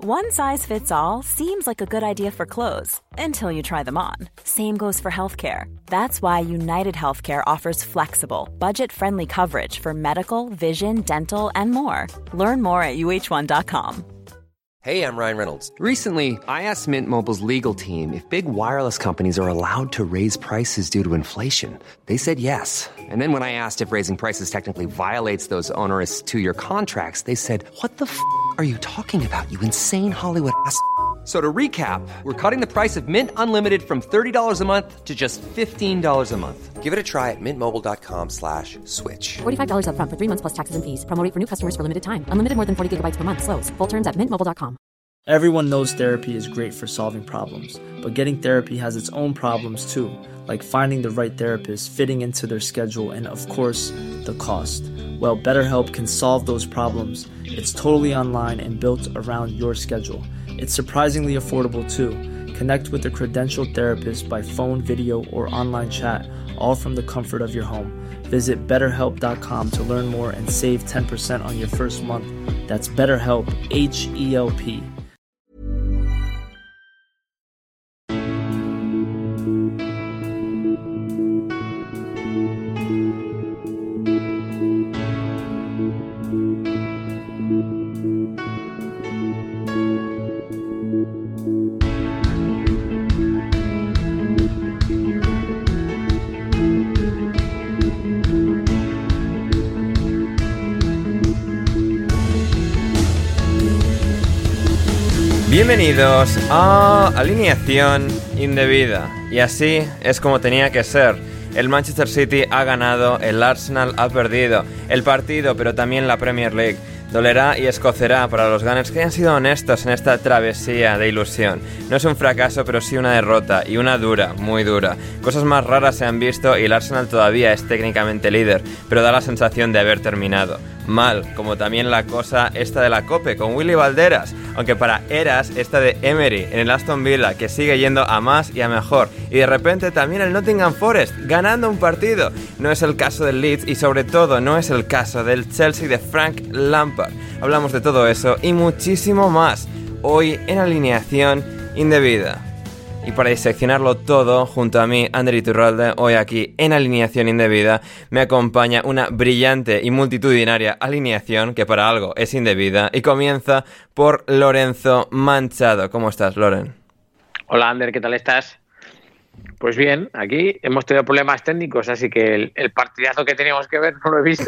One size fits all seems like a good idea for clothes until you try them on. Same goes for healthcare. That's why United Healthcare offers flexible, budget-friendly coverage for medical, vision, dental, and more. Learn more at uh1.com. Hey, I'm Ryan Reynolds. Recently, I asked Mint Mobile's legal team if big wireless companies are allowed to raise prices due to inflation. They said yes. And then when I asked if raising prices technically violates those onerous two-year contracts, they said, "What the f*** are you talking about, you insane Hollywood ass?" So to recap, we're cutting the price of Mint Unlimited from $30 a month to just $15 a month. Give it a try at mintmobile.com/switch. $45 up front for 3 months plus taxes and fees. Promo rate for new customers for limited time. Unlimited more than 40 gigabytes per month. Slows full terms at mintmobile.com. Everyone knows therapy is great for solving problems, but getting therapy has its own problems too, like finding the right therapist, fitting into their schedule, and of course, the cost. Well, BetterHelp can solve those problems. It's totally online and built around your schedule. It's surprisingly affordable too. Connect with a credentialed therapist by phone, video, or online chat, all from the comfort of your home. Visit BetterHelp.com to learn more and save 10% on your first month. That's BetterHelp, H-E-L-P. Bienvenidos a Alineación Indebida. Y así es como tenía que ser. El Manchester City ha ganado, el Arsenal ha perdido. El partido, pero también la Premier League. Dolerá y escocerá para los Gunners que hayan sido honestos en esta travesía de ilusión. No es un fracaso, pero sí una derrota, y una dura, muy dura. Cosas más raras se han visto y el Arsenal todavía es técnicamente líder, pero da la sensación de haber terminado. Mal, como también la cosa esta de la Cope con Willy Valderas, aunque para Eras esta de Emery en el Aston Villa, que sigue yendo a más y a mejor, y de repente también el Nottingham Forest ganando un partido. No es el caso del Leeds y sobre todo no es el caso del Chelsea de Frank Lampard. Hablamos de todo eso y muchísimo más hoy en Alineación Indebida. Y para diseccionarlo todo, junto a mí, Ander Iturralde, hoy aquí en Alineación Indebida, me acompaña una brillante y multitudinaria alineación que para algo es indebida y comienza por Lorenzo Manchado. ¿Cómo estás, Loren? Hola, Ander, ¿qué tal estás? Pues bien, aquí hemos tenido problemas técnicos, así que el partidazo que teníamos que ver no lo he visto.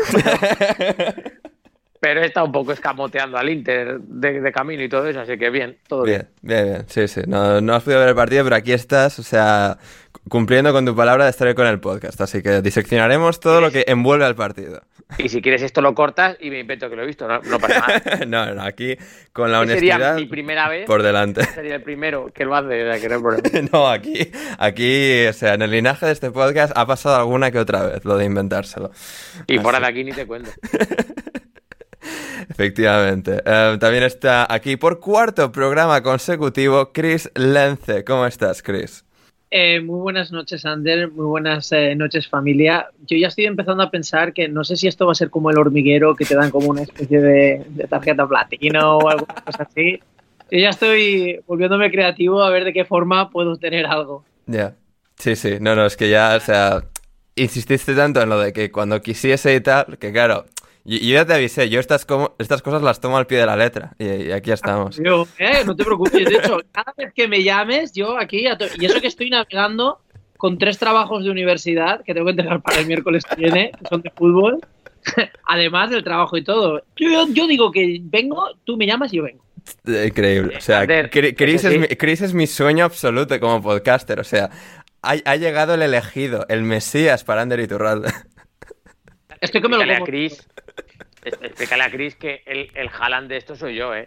Pero he estado un poco escamoteando al Inter de camino y todo eso, así que bien, todo bien. Bien. Sí. No has podido ver el partido, pero aquí estás, o sea, cumpliendo con tu palabra de estar con el podcast. Así que diseccionaremos todo lo que envuelve al partido. Y si quieres esto lo cortas y me invento que lo he visto, no pasa nada. No, aquí con la honestidad sería mi primera vez por delante. Sería el primero que lo hace, o sea, que no hay problema. No, aquí, o sea, en el linaje de este podcast ha pasado alguna que otra vez lo de inventárselo. Y fuera de aquí ni te cuento. Efectivamente. También está aquí por cuarto programa consecutivo Chris Lence. ¿Cómo estás, Chris? Muy buenas noches, Ander. Muy buenas noches, familia. Yo ya estoy empezando a pensar que no sé si esto va a ser como El Hormiguero, que te dan como una especie de tarjeta platino o alguna cosa así. Yo ya estoy volviéndome creativo a ver de qué forma puedo tener algo. Ya. Sí. No, es que ya, o sea, insististe tanto en lo de que cuando quisiese y tal, que claro... Y yo ya te avisé, yo estas cosas las tomo al pie de la letra y aquí estamos. No te preocupes, de hecho, cada vez que me llames, yo aquí, y eso que estoy navegando con 3 trabajos de universidad que tengo que entregar para el miércoles que viene, que son de fútbol, además del trabajo y todo. Yo digo que vengo, tú me llamas y yo vengo. Increíble, o sea, Chris es mi sueño absoluto como podcaster, o sea, ha llegado el elegido, el mesías para Ander Iturralde. Estoy que me lo como. Explícale a Chris que el Haaland de esto soy yo, ¿eh?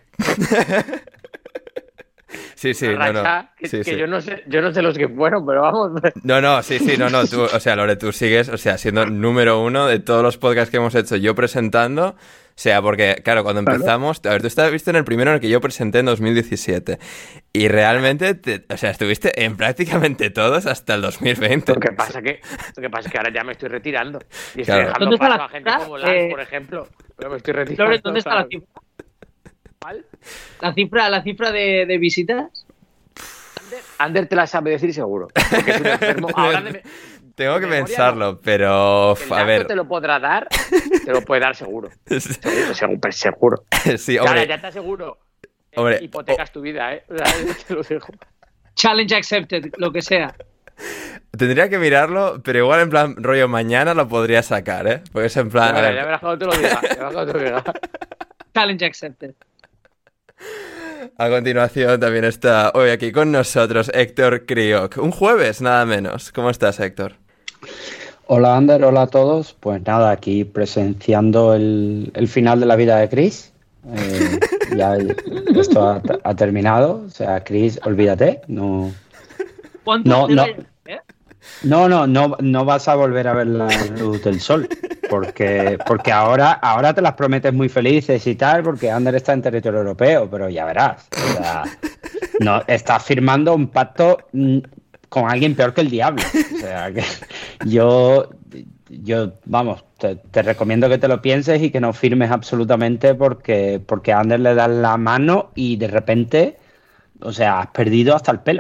Sí, racha, sí. Yo no sé los que fueron, pero vamos. No, tú, o sea, Lore, tú sigues, o sea, siendo número 1 de todos los podcasts que hemos hecho yo presentando. O sea, porque, claro, cuando empezamos... A ver, tú estabas visto en el primero en el que yo presenté en 2017. Y realmente, o sea, estuviste en prácticamente todos hasta el 2020. Lo que pasa que ahora ya me estoy retirando. Y estoy dejando paso a gente como Lance, por ejemplo. Pero me estoy retirando. ¿Dónde está la cifra? La cifra de visitas. Ander te la sabe decir seguro. Porque es un enfermo. Ahora tengo que pensarlo, pero a ver. Te lo podrá dar, te lo puede dar seguro. Seguro. Sí, hombre. Cara, ya está seguro. Hombre, hipotecas tu vida, te lo dejo. Challenge accepted, lo que sea. Tendría que mirarlo, pero igual en plan rollo mañana lo podría sacar, ¿eh? Porque es en plan... Ya verás cuando te lo diga. Challenge accepted. A continuación también está hoy aquí con nosotros Héctor Kriok. Un jueves, nada menos. ¿Cómo estás, Héctor? Hola, Ander, hola a todos. Pues nada, aquí presenciando el final de la vida de Chris. Ya esto ha terminado. O sea, Chris, olvídate. No vas a volver a ver la luz del sol. Porque ahora te las prometes muy felices y tal, porque Ander está en territorio europeo, pero ya verás. O sea, no, estás firmando un pacto con alguien peor que el diablo. O sea, que yo vamos, te recomiendo que te lo pienses y que no firmes absolutamente porque a Ander le das la mano y de repente, o sea, has perdido hasta el pelo.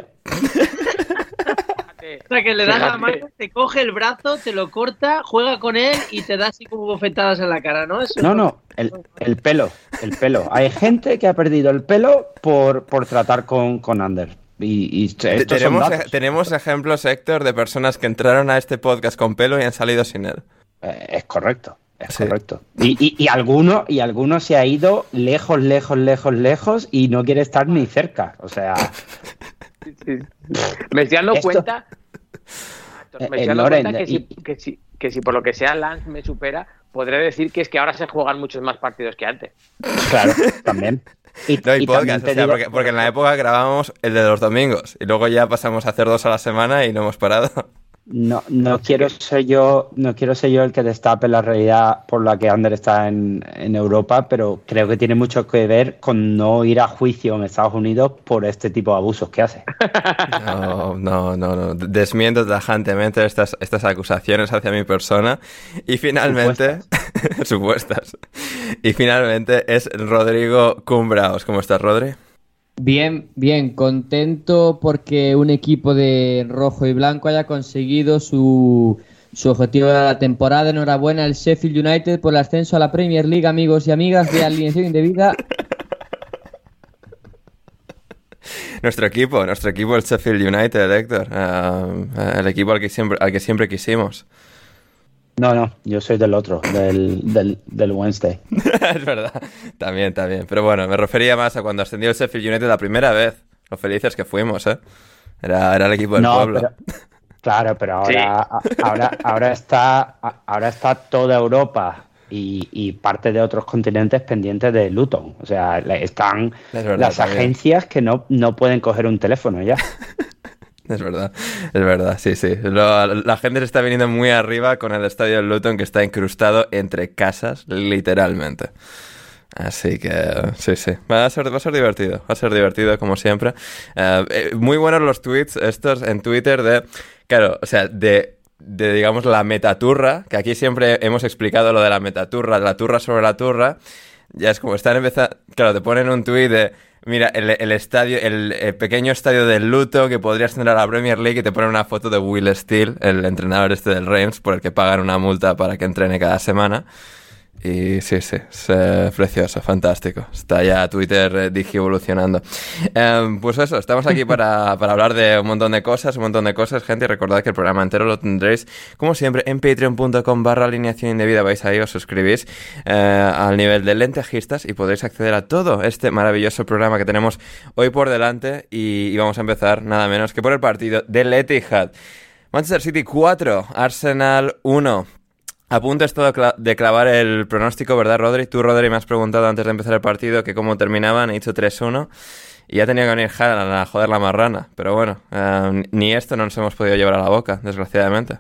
O sea, que le das la mano, te coge el brazo, te lo corta, juega con él y te da así como bofetadas en la cara, ¿no? El pelo. Hay gente que ha perdido el pelo por tratar con Ander. Y tenemos ejemplos, Héctor, de personas que entraron a este podcast con pelo y han salido sin él. Es correcto. Correcto. Y alguno se ha ido lejos y no quiere estar ni cerca. O sea... Sí. Me estoy dando cuenta... Me estoy dando cuenta que si por lo que sea Lance me supera, podré decir que es que ahora se juegan muchos más partidos que antes. Claro, también. Y podcast, o sea, porque en la época grabábamos el de los domingos y luego ya pasamos a hacer 2 a la semana y no hemos parado. No quiero ser yo el que destape la realidad por la que Ander está en Europa, pero creo que tiene mucho que ver con no ir a juicio en Estados Unidos por este tipo de abusos que hace. No. Desmiento tajantemente estas acusaciones hacia mi persona. Y finalmente... Supuestas. Y finalmente es Rodrigo Cumbraos. ¿Cómo estás, Rodri? Bien, contento porque un equipo de rojo y blanco haya conseguido su objetivo de la temporada. Enhorabuena al Sheffield United por el ascenso a la Premier League, amigos y amigas de Alineación Indebida. Nuestro equipo, el Sheffield United, Héctor. El equipo al que siempre quisimos. No, yo soy del otro, del Wednesday. Es verdad, también. Pero bueno, me refería más a cuando ascendió el Sheffield United la primera vez. Lo felices que fuimos, ¿eh? Era el equipo del pueblo. Pero ahora está toda Europa y parte de otros continentes pendientes de Luton. O sea, están las agencias que no pueden coger un teléfono ya. Es verdad, sí. La gente se está viniendo muy arriba con el estadio del Luton, que está incrustado entre casas, literalmente. Así que, sí. Va a ser divertido como siempre. Muy buenos los tweets estos en Twitter de digamos, la metaturra, que aquí siempre hemos explicado lo de la metaturra, de la turra sobre la turra. Ya es como están empezando... Claro, te ponen un tuit de... Mira, el estadio, el pequeño estadio del Luton que podrías tener a la Premier League, y te ponen una foto de Will Steele, el entrenador del Reims, por el que pagan una multa para que entrene cada semana. Y sí, es precioso, fantástico. Está ya Twitter digievolucionando. Pues eso, estamos aquí para hablar de un montón de cosas, gente. Y recordad que el programa entero lo tendréis, como siempre, en patreon.com/alineación indebida. Vais ahí, os suscribís al nivel de lentejistas y podréis acceder a todo este maravilloso programa que tenemos hoy por delante. Y vamos a empezar nada menos que por el partido del Etihad. Manchester City 4, Arsenal 1. A punto esto de clavar el pronóstico, ¿verdad, Rodri? Tú, Rodri, me has preguntado antes de empezar el partido que cómo terminaban. He dicho 3-1 y ya tenía que venir Haaland a joder la marrana. Pero bueno, ni esto no nos hemos podido llevar a la boca, desgraciadamente.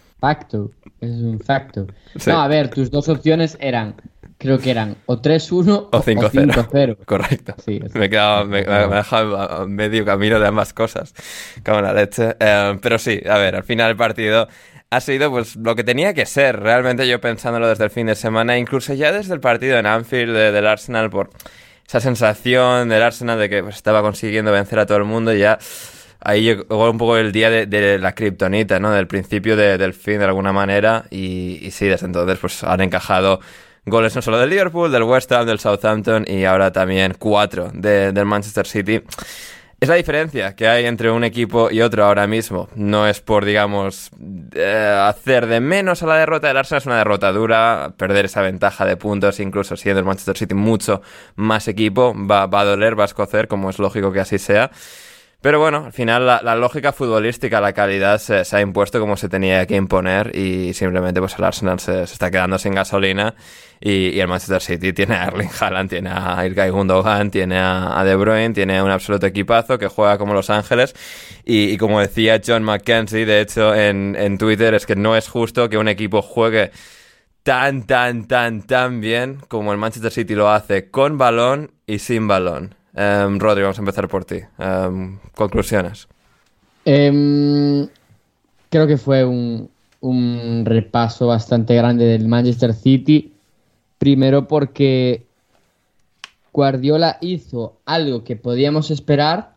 Es un facto. Sí. No, a ver, tus dos opciones creo que eran o 3-1 o 5-0. Correcto. Sí, me he dejado a medio camino de ambas cosas. Cago en la leche. Pero sí, a ver, al final el partido... ha sido pues lo que tenía que ser, realmente yo pensándolo desde el fin de semana, incluso ya desde el partido en Anfield del Arsenal, por esa sensación del Arsenal de que pues, estaba consiguiendo vencer a todo el mundo y ya ahí llegó un poco el día de la kriptonita, ¿no? Del principio del fin de alguna manera y sí, desde entonces pues han encajado goles no solo del Liverpool, del West Ham, del Southampton y ahora también 4 del Manchester City. Es la diferencia que hay entre un equipo y otro ahora mismo. No es por, digamos, hacer de menos a la derrota del Arsenal. Es una derrota dura. Perder esa ventaja de puntos, incluso siendo el Manchester City mucho más equipo, va a doler, va a escocer, como es lógico que así sea. Pero bueno, al final la lógica futbolística, la calidad se ha impuesto como se tenía que imponer y simplemente pues el Arsenal se está quedando sin gasolina y el Manchester City tiene a Erling Haaland, tiene a Ilkay Gundogan, tiene a De Bruyne, tiene un absoluto equipazo que juega como Los Ángeles y como decía John McKenzie, de hecho en Twitter, es que no es justo que un equipo juegue tan bien como el Manchester City lo hace con balón y sin balón. Rodri, vamos a empezar por ti. Conclusiones. Creo que fue un repaso bastante grande del Manchester City. Primero porque Guardiola hizo algo que podíamos esperar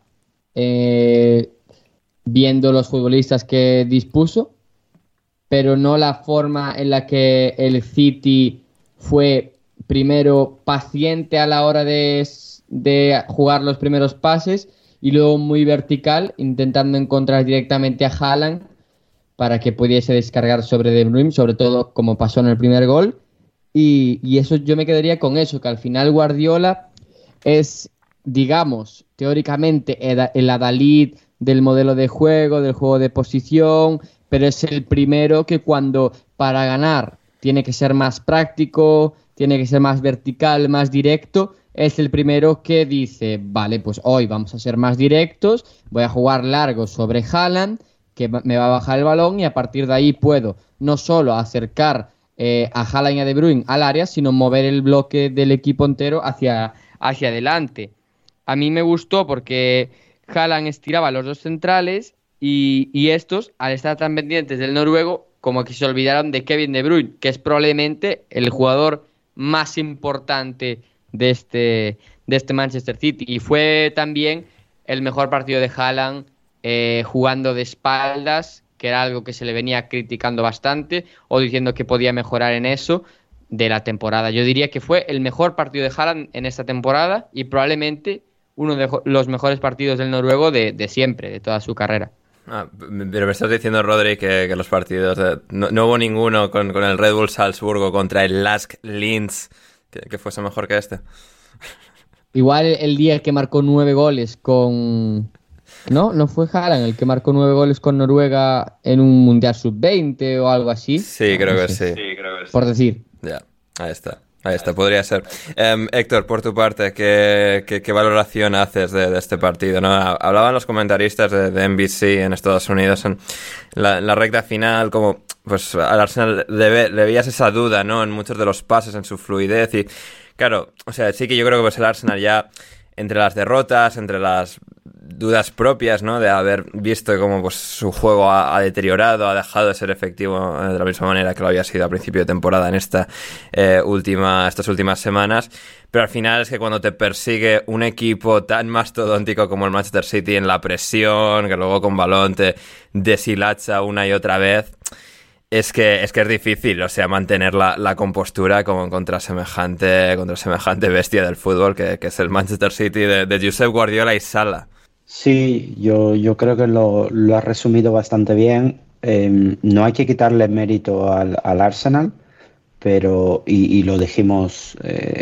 viendo los futbolistas que dispuso, pero no la forma en la que el City fue primero paciente a la hora de jugar los primeros pases y luego muy vertical, intentando encontrar directamente a Haaland para que pudiese descargar sobre De Bruyne, sobre todo como pasó en el primer gol. Y eso, yo me quedaría con eso, que al final Guardiola es, digamos, teóricamente el adalid del modelo de juego, del juego de posición, pero es el primero que cuando para ganar tiene que ser más práctico, tiene que ser más vertical, más directo, es el primero que dice, vale, pues hoy vamos a ser más directos, voy a jugar largo sobre Haaland, que me va a bajar el balón y a partir de ahí puedo no solo acercar a Haaland y a De Bruyne al área, sino mover el bloque del equipo entero hacia adelante. A mí me gustó porque Haaland estiraba a los dos centrales y estos, al estar tan pendientes del noruego, como que se olvidaron de Kevin De Bruyne, que es probablemente el jugador más importante de este Manchester City, y fue también el mejor partido de Haaland jugando de espaldas, que era algo que se le venía criticando bastante o diciendo que podía mejorar en eso de la temporada. Yo diría que fue el mejor partido de Haaland en esta temporada y probablemente uno de los mejores partidos del noruego de siempre, de toda su carrera. Pero me estás diciendo, Rodri, que los partidos no hubo ninguno con el Red Bull Salzburgo contra el Lask Linz que fuese mejor que este. Igual el día que marcó 9 goles con... No fue Haaland el que marcó 9 goles con Noruega en un Mundial Sub-20 o algo así. Sí, creo que sí. Por decir. Ya, ahí está, podría ser. Héctor, por tu parte, ¿qué valoración haces de este partido, ¿no? Hablaban los comentaristas de NBC en Estados Unidos en la recta final, como pues al Arsenal le veías esa duda, ¿no? En muchos de los pases, en su fluidez y claro, o sea, sí que yo creo que pues el Arsenal ya entre las derrotas, entre las dudas propias, ¿no? De haber visto cómo pues su juego ha deteriorado, ha dejado de ser efectivo de la misma manera que lo había sido a principio de temporada en estas últimas semanas. Pero al final es que cuando te persigue un equipo tan mastodóntico como el Manchester City en la presión, que luego con balón te deshilacha una y otra vez, es que es difícil, o sea, mantener la compostura como contra semejante bestia del fútbol que es el Manchester City de Josep Guardiola y Salah. Sí, yo creo que lo has resumido bastante bien. No hay que quitarle mérito al Arsenal, pero y lo dijimos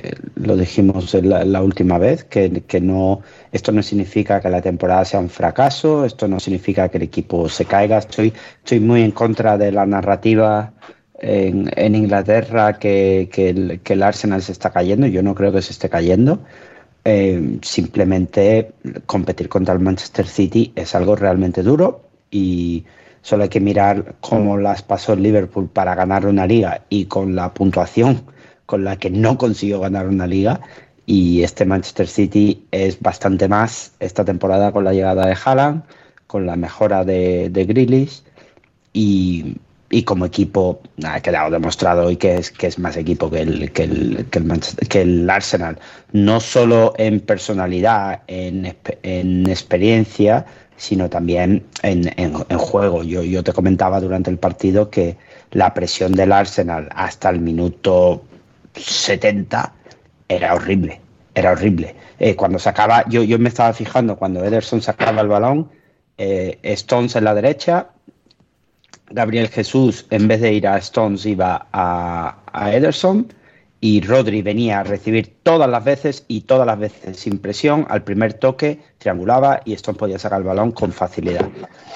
la última vez que no, esto no significa que la temporada sea un fracaso, esto no significa que el equipo se caiga. Estoy muy en contra de la narrativa en Inglaterra que el Arsenal se está cayendo. Yo no creo que se esté cayendo. Simplemente competir contra el Manchester City es algo realmente duro y solo hay que mirar cómo las pasó el Liverpool para ganar una liga y con la puntuación con la que no consiguió ganar una liga, y este Manchester City es bastante más esta temporada con la llegada de Haaland, con la mejora de Grealish y como equipo ha quedado demostrado hoy que es más equipo que el Arsenal, no solo en personalidad, en experiencia, sino también en juego. Yo te comentaba durante el partido que la presión del Arsenal hasta el minuto 70 era horrible. Cuando sacaba, yo me estaba fijando cuando Ederson sacaba el balón, Stones en la derecha, Gabriel Jesús en vez de ir a Stones iba a Ederson, y Rodri venía a recibir todas las veces sin presión. Al primer toque triangulaba y Stones podía sacar el balón con facilidad.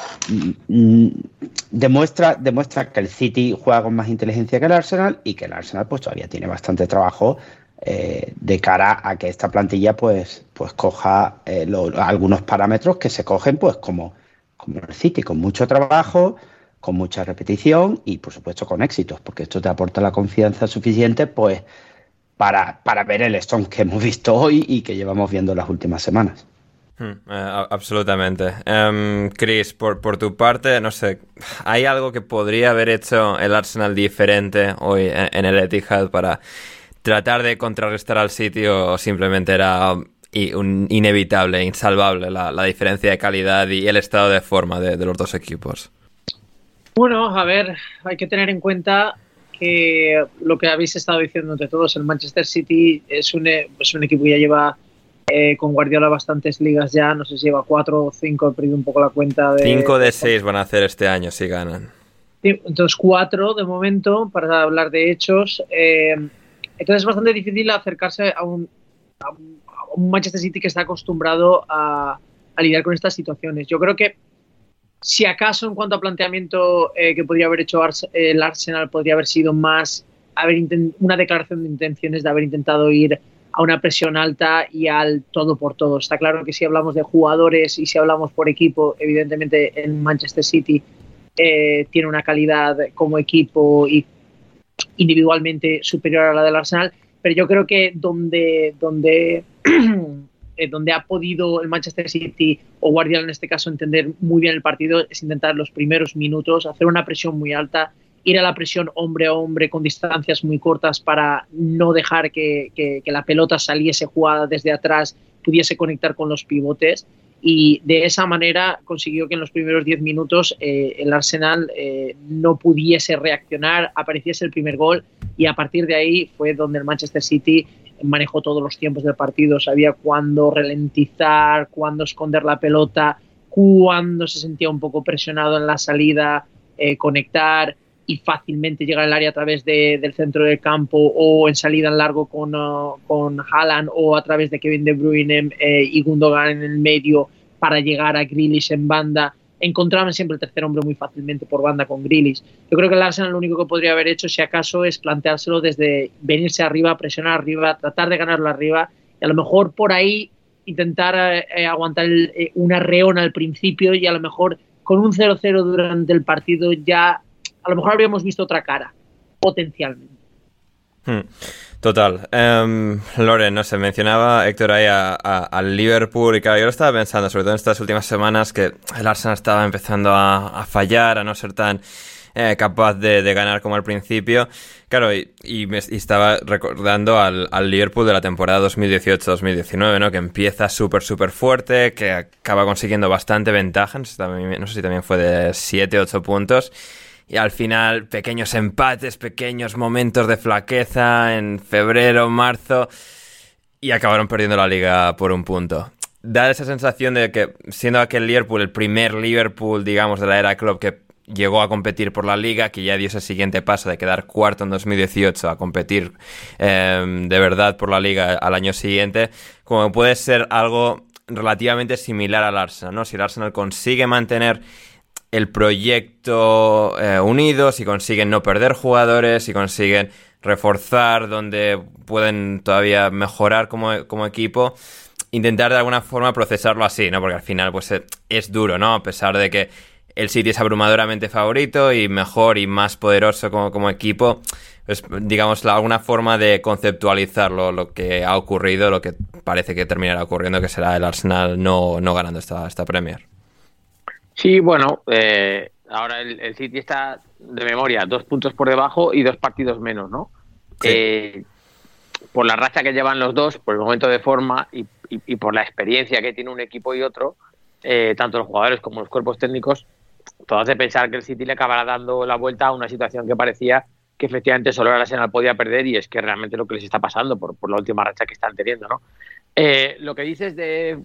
Demuestra que el City juega con más inteligencia que el Arsenal, y que el Arsenal pues todavía tiene bastante trabajo de cara a que esta plantilla pues coja algunos parámetros que se cogen pues como el City, con mucho trabajo, con mucha repetición y por supuesto con éxitos, porque esto te aporta la confianza suficiente pues para ver el Stones que hemos visto hoy y que llevamos viendo las últimas semanas. Absolutamente. Chris, por tu parte, no sé, ¿hay algo que podría haber hecho el Arsenal diferente hoy en el Etihad para tratar de contrarrestar al City, o simplemente era inevitable, insalvable la diferencia de calidad y el estado de forma de los dos equipos? Bueno, a ver, hay que tener en cuenta que lo que habéis estado diciendo entre todos, el Manchester City es un equipo que ya lleva con Guardiola bastantes ligas ya, no sé si lleva 4 o 5, he perdido un poco la cuenta. 5 de 6 van a hacer este año si ganan. Entonces 4 de momento, para hablar de hechos. Entonces es bastante difícil acercarse a un Manchester City que está acostumbrado a lidiar con estas situaciones. Yo creo que si acaso en cuanto a planteamiento que podría haber hecho el Arsenal, podría haber sido más una declaración de intenciones de haber intentado ir a una presión alta y al todo por todo. Está claro que si hablamos de jugadores y si hablamos por equipo, evidentemente el Manchester City tiene una calidad como equipo y individualmente superior a la del Arsenal, pero yo creo que donde ha podido el Manchester City o Guardiola en este caso entender muy bien el partido es intentar los primeros minutos hacer una presión muy alta, ir a la presión hombre a hombre con distancias muy cortas para no dejar que la pelota saliese jugada desde atrás, pudiese conectar con los pivotes, y de esa manera consiguió que en los primeros 10 minutos el Arsenal no pudiese reaccionar, apareciese el primer gol, y a partir de ahí fue donde el Manchester City manejó todos los tiempos del partido, sabía cuándo ralentizar, cuándo esconder la pelota, cuándo se sentía un poco presionado en la salida, conectar y fácilmente llegar al área a través del centro del campo o en salida en largo con Haaland o a través de Kevin De Bruyne y Gundogan en el medio para llegar a Grealish en banda. Encontraban siempre el tercer hombre muy fácilmente por banda con Grealish. Yo creo que el Arsenal lo único que podría haber hecho, si acaso, es planteárselo desde venirse arriba, presionar arriba, tratar de ganarlo arriba y a lo mejor por ahí intentar aguantar una reona al principio, y a lo mejor con un 0-0 durante el partido ya a lo mejor habríamos visto otra cara, potencialmente. Total. Loren, no sé, mencionaba Héctor ahí al Liverpool, y claro, yo lo estaba pensando, sobre todo en estas últimas semanas, que el Arsenal estaba empezando a fallar, a no ser tan capaz de ganar como al principio. Claro, y estaba recordando al Liverpool de la temporada 2018-2019, ¿no? Que empieza súper fuerte, que acaba consiguiendo bastante ventaja, no sé si también fue de 7-8 puntos. Y al final, pequeños empates, pequeños momentos de flaqueza en febrero, marzo, y acabaron perdiendo la liga por un punto. Da esa sensación de que, siendo aquel Liverpool el primer Liverpool, digamos, de la era Klopp, que llegó a competir por la liga, que ya dio ese siguiente paso de quedar cuarto en 2018 a competir de verdad por la liga al año siguiente, como puede ser algo relativamente similar al Arsenal, ¿no? Si el Arsenal consigue mantener el proyecto unido, si consiguen no perder jugadores, si consiguen reforzar donde pueden todavía mejorar como equipo, intentar de alguna forma procesarlo así, ¿no? Porque al final pues es duro, ¿no? A pesar de que el City es abrumadoramente favorito y mejor y más poderoso como equipo, pues digamos alguna forma de conceptualizar lo que ha ocurrido, lo que parece que terminará ocurriendo, que será el Arsenal no ganando esta Premier. Sí, bueno, Ahora el City está, de memoria, 2 puntos por debajo y 2 partidos menos, ¿no? Sí. Por la racha que llevan los dos, por el momento de forma y por la experiencia que tiene un equipo y otro, tanto los jugadores como los cuerpos técnicos, todo hace pensar que el City le acabará dando la vuelta a una situación que parecía que efectivamente solo el Arsenal podía perder, y es que realmente lo que les está pasando por la última racha que están teniendo, ¿no? Lo que dices de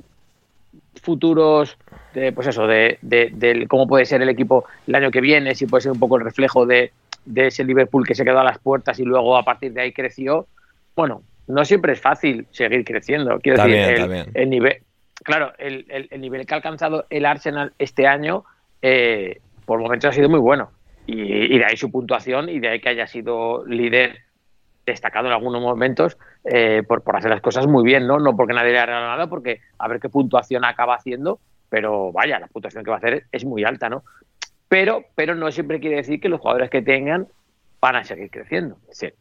futuros, pues eso, de cómo puede ser el equipo el año que viene, si puede ser un poco el reflejo de ese Liverpool que se quedó a las puertas y luego a partir de ahí creció. Bueno, no siempre es fácil seguir creciendo. Quiero decir, el nivel, claro, el nivel que ha alcanzado el Arsenal este año, por momentos ha sido muy bueno. Y de ahí su puntuación, y de ahí que haya sido líder destacado en algunos momentos, por hacer las cosas muy bien, ¿no? No porque nadie le haya regalado nada, porque a ver qué puntuación acaba haciendo, pero vaya, la puntuación que va a hacer es muy alta, ¿no? Pero no siempre quiere decir que los jugadores que tengan van a seguir creciendo. Es decir,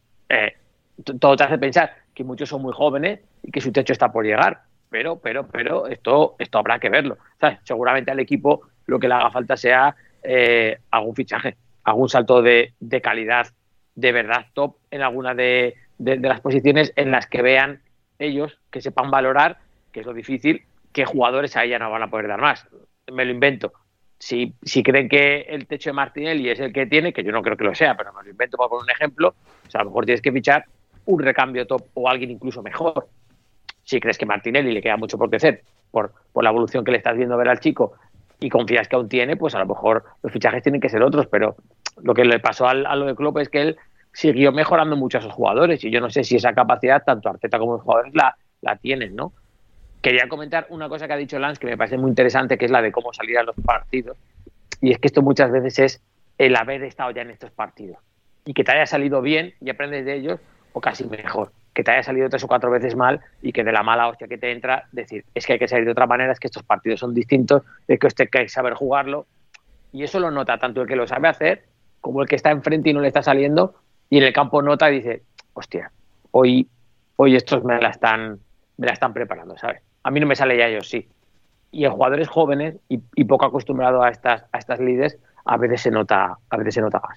todo te hace pensar que muchos son muy jóvenes y que su techo está por llegar, pero esto habrá que verlo, ¿sabes? Seguramente al equipo lo que le haga falta sea algún fichaje, algún salto de calidad de verdad top en alguna de las posiciones en las que vean ellos, que sepan valorar, que es lo difícil, qué jugadores a ella no van a poder dar más. Me lo invento. Si creen que el techo de Martinelli es el que tiene, que yo no creo que lo sea, pero me lo invento para poner un ejemplo, o sea, a lo mejor tienes que fichar un recambio top o alguien incluso mejor. Si crees que Martinelli le queda mucho por crecer por la evolución que le estás viendo ver al chico y confías que aún tiene, pues a lo mejor los fichajes tienen que ser otros, pero lo que le pasó a lo de Klopp es que él siguió mejorando mucho a esos jugadores, y yo no sé si esa capacidad tanto Arteta como los jugadores la tienen, ¿no? Quería comentar una cosa que ha dicho Lance que me parece muy interesante, que es la de cómo salir a los partidos, y es que esto muchas veces es el haber estado ya en estos partidos y que te haya salido bien y aprendes de ellos, o casi mejor, que te haya salido 3 o 4 veces mal y que de la mala hostia que te entra decir, es que hay que salir de otra manera, es que estos partidos son distintos, es que usted hay que saber jugarlo, y eso lo nota tanto el que lo sabe hacer como el que está enfrente y no le está saliendo, y en el campo nota y dice, hostia, hoy estos me la están preparando, ¿sabes? A mí no me sale ya, ellos sí. Y en jugadores jóvenes y poco acostumbrados a estas lides, a veces se nota más.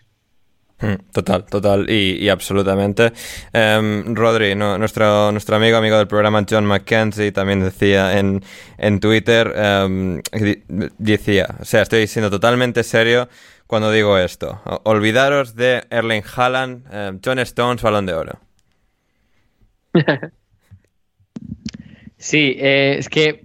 Total y absolutamente. Rodri, nuestro amigo del programa John McKenzie también decía en Twitter, decía, o sea, estoy siendo totalmente serio cuando digo esto. Olvidaros de Erling Haaland, John Stones, Balón de Oro. Sí, es que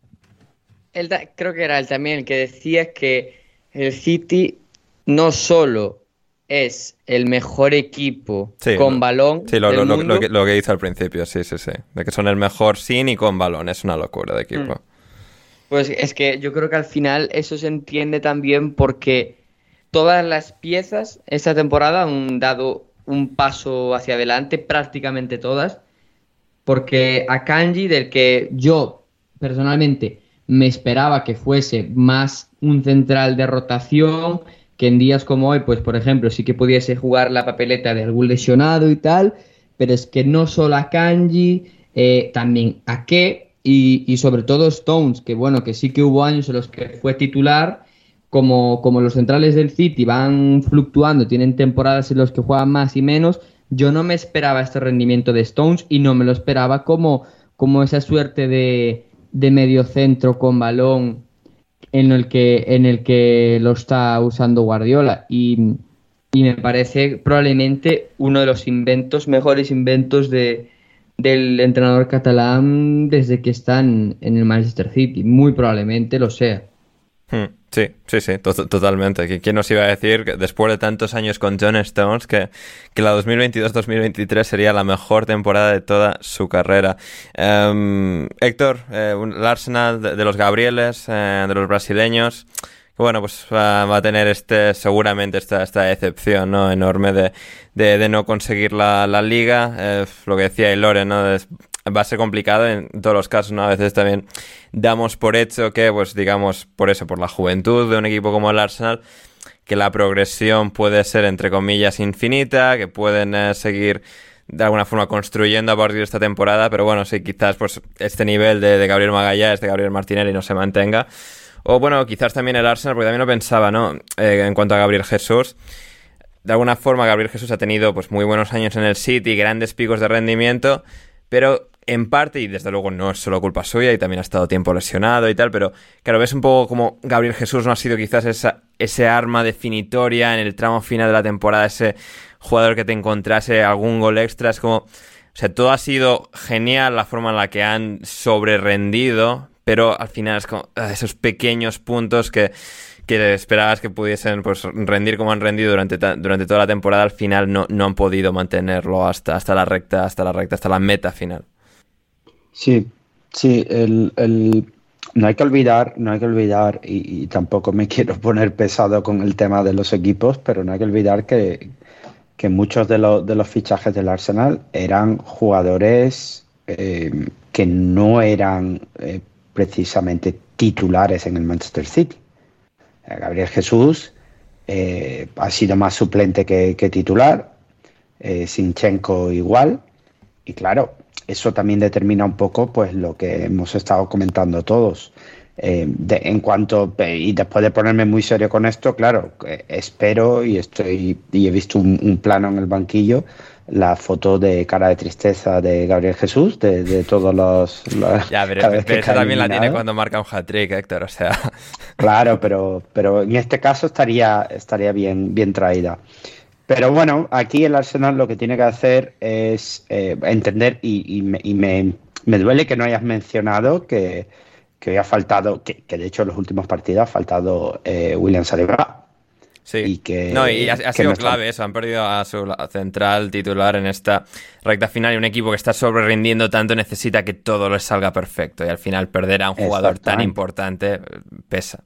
creo que era él también el que decía que el City no solo es el mejor equipo con balón del mundo. Lo que hizo al principio, sí, de que son el mejor sin y con balón, es una locura de equipo. Pues es que yo creo que al final eso se entiende también porque todas las piezas esta temporada han dado un paso hacia adelante, prácticamente todas, porque Akanji, del que yo personalmente me esperaba que fuese más un central de rotación, que en días como hoy, pues por ejemplo, sí que pudiese jugar la papeleta de algún lesionado y tal, pero es que no solo Akanji, también Ake y sobre todo Stones, que bueno, que sí que hubo años en los que fue titular, como los centrales del City van fluctuando, tienen temporadas en los que juegan más y menos. Yo no me esperaba este rendimiento de Stones y no me lo esperaba como esa suerte de mediocentro con balón en el que lo está usando Guardiola, y me parece probablemente uno de los mejores inventos del entrenador catalán desde que están en el Manchester City. Muy probablemente lo sea. Sí, totalmente. ¿Quién nos iba a decir que después de tantos años con John Stones que la 2022-2023 sería la mejor temporada de toda su carrera? Héctor, el Arsenal de los Gabrieles, de los brasileños, que bueno, pues va a tener seguramente esta decepción, ¿no?, enorme de no conseguir la liga. Lo que decía Loren, ¿no?, va a ser complicado en todos los casos, ¿no? A veces también damos por hecho que, pues digamos, por la juventud de un equipo como el Arsenal, que la progresión puede ser, entre comillas, infinita, que pueden seguir de alguna forma construyendo a partir de esta temporada, pero bueno, si quizás pues este nivel de Gabriel Magalhães, de Gabriel Martinelli no se mantenga, O bueno, quizás también el Arsenal, porque también lo pensaba, ¿no? En cuanto a Gabriel Jesús. De alguna forma, Gabriel Jesús ha tenido pues muy buenos años en el City, grandes picos de rendimiento, pero en parte, y desde luego no es solo culpa suya, y también ha estado tiempo lesionado y tal, pero claro, ves un poco como Gabriel Jesús no ha sido quizás ese arma definitoria en el tramo final de la temporada, ese jugador que te encontrase algún gol extra. Es como, o sea, todo ha sido genial, la forma en la que han sobrerendido, pero al final es como esos pequeños puntos que esperabas que pudiesen pues rendir como han rendido durante toda la temporada, al final no han podido mantenerlo hasta la recta, hasta la meta final. Sí, no hay que olvidar, y tampoco me quiero poner pesado con el tema de los equipos, pero no hay que olvidar que muchos de los fichajes del Arsenal eran jugadores que no eran precisamente titulares en el Manchester City. Gabriel Jesús ha sido más suplente que titular, Zinchenko igual, y claro, eso también determina un poco pues lo que hemos estado comentando todos. En cuanto, y después de ponerme muy serio con esto, claro, espero y he visto un plano en el banquillo, la foto de cara de tristeza de Gabriel Jesús, de todos los ya, pero esa también la tiene cuando marca un hat-trick, Héctor, o sea. Claro, pero en este caso estaría bien traída. Pero bueno, aquí el Arsenal lo que tiene que hacer es entender, y me duele que no hayas mencionado que hoy ha faltado, que de hecho en los últimos partidos ha faltado William Saliba. Sí, y ha sido clave eso, han perdido a su central titular en esta recta final, y un equipo que está sobrerendiendo tanto necesita que todo les salga perfecto, y al final perder a un jugador tan importante pesa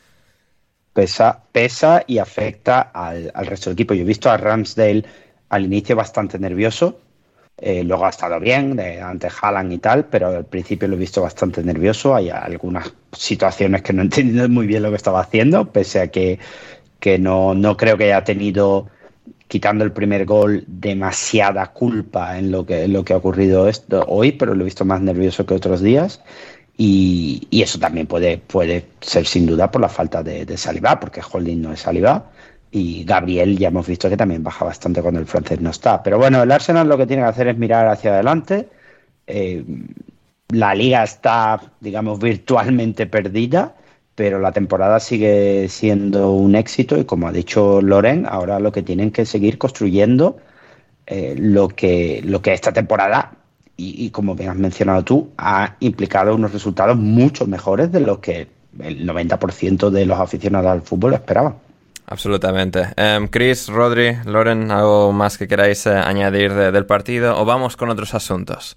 y afecta al resto del equipo. Yo he visto a Ramsdale al inicio bastante nervioso, luego ha estado bien ante Haaland y tal, pero al principio lo he visto bastante nervioso. Hay algunas situaciones que no he entendido muy bien lo que estaba haciendo, pese a que no creo que haya tenido, quitando el primer gol, demasiada culpa en lo que ha ocurrido hoy, pero lo he visto más nervioso que otros días. Y eso también puede ser sin duda por la falta de Saliba, porque Holding no es Saliba, y Gabriel ya hemos visto que también baja bastante cuando el francés no está. Pero bueno, el Arsenal lo que tiene que hacer es mirar hacia adelante. La liga está, digamos, virtualmente perdida, pero la temporada sigue siendo un éxito, y como ha dicho Loren, ahora lo que tienen que seguir construyendo lo que esta temporada, y como bien has mencionado tú, ha implicado unos resultados mucho mejores de lo que el 90% de los aficionados al fútbol esperaban. Absolutamente. Chris, Rodri, Loren, ¿algo más que queráis añadir del partido, o vamos con otros asuntos?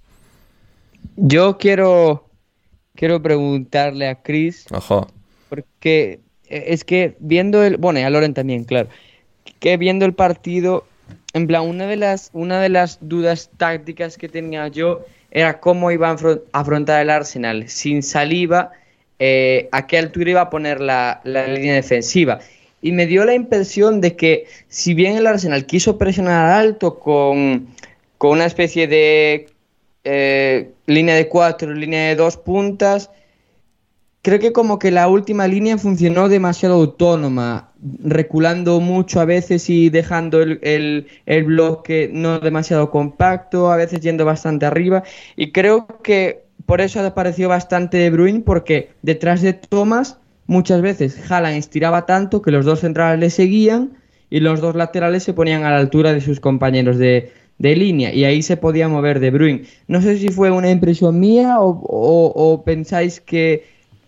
Yo quiero preguntarle a Chris. Ojo. Porque es que viendo y a Loren también, claro, que viendo el partido, en plan, una de las dudas tácticas que tenía yo era cómo iba a afrontar el Arsenal sin Saliba, a qué altura iba a poner la línea defensiva. Y me dio la impresión de que, si bien el Arsenal quiso presionar alto con una especie de línea de 4, línea de 2 puntas, creo que como que la última línea funcionó demasiado autónoma, reculando mucho a veces y dejando el bloque no demasiado compacto, a veces yendo bastante arriba, y creo que por eso apareció bastante De Bruyne, porque detrás de Thomas muchas veces Haaland estiraba tanto que los dos centrales le seguían y los dos laterales se ponían a la altura de sus compañeros de línea, y ahí se podía mover De Bruyne. No sé si fue una impresión mía o pensáis que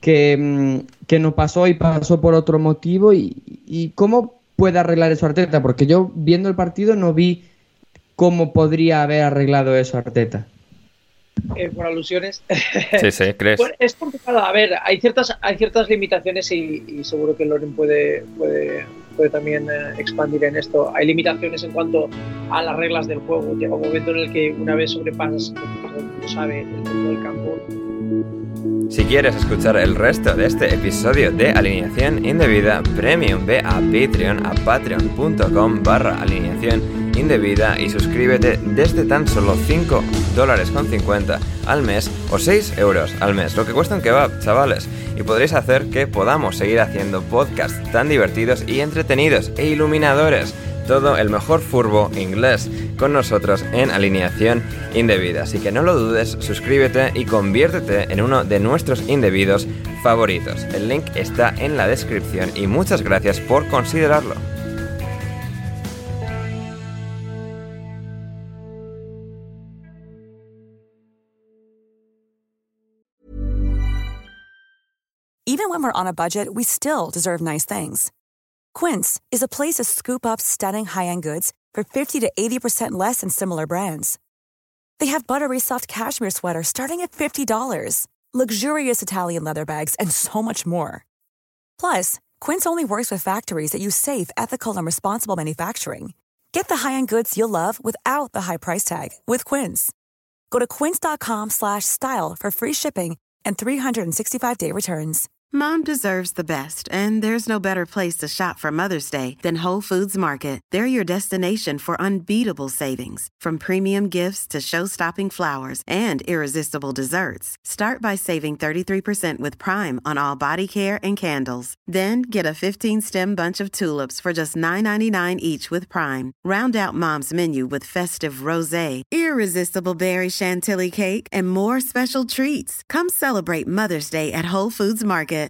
no pasó y pasó por otro motivo, y cómo puede arreglar eso Arteta, porque yo viendo el partido no vi cómo podría haber arreglado eso Arteta. Por alusiones. Sí, ¿crees? Bueno, es complicado. A ver, hay ciertas limitaciones y seguro que Loren puede también expandir en esto. Hay limitaciones en cuanto a las reglas del juego. Llega un momento en el que una vez sobrepasas, no sabe el centro del campo. Si quieres escuchar el resto de este episodio de Alineación Indebida Premium, ve a Patreon, a patreon.com/alineación indebida y suscríbete desde tan solo $5.50 al mes o 6 euros al mes, lo que cuesta un kebab, chavales, y podréis hacer que podamos seguir haciendo podcasts tan divertidos y entretenidos e iluminadores. Todo el mejor furbo inglés con nosotros en Alineación Indebida. Así que no lo dudes, suscríbete y conviértete en uno de nuestros indebidos favoritos. El link está en la descripción y muchas gracias por considerarlo. Even when we're on a budget, we still deserve nice things. Quince is a place to scoop up stunning high-end goods for 50 to 80% less than similar brands. They have buttery soft cashmere sweaters starting at $50, luxurious Italian leather bags, and so much more. Plus, Quince only works with factories that use safe, ethical, and responsible manufacturing. Get the high-end goods you'll love without the high price tag with Quince. Go to quince.com/style for free shipping and 365-day returns. Mom deserves the best, and there's no better place to shop for Mother's Day than Whole Foods Market. They're your destination for unbeatable savings, from premium gifts to show-stopping flowers and irresistible desserts. Start by saving 33% with Prime on all body care and candles. Then get a 15-stem bunch of tulips for just $9.99 each with Prime. Round out Mom's menu with festive rosé, irresistible berry chantilly cake, and more special treats. Come celebrate Mother's Day at Whole Foods Market.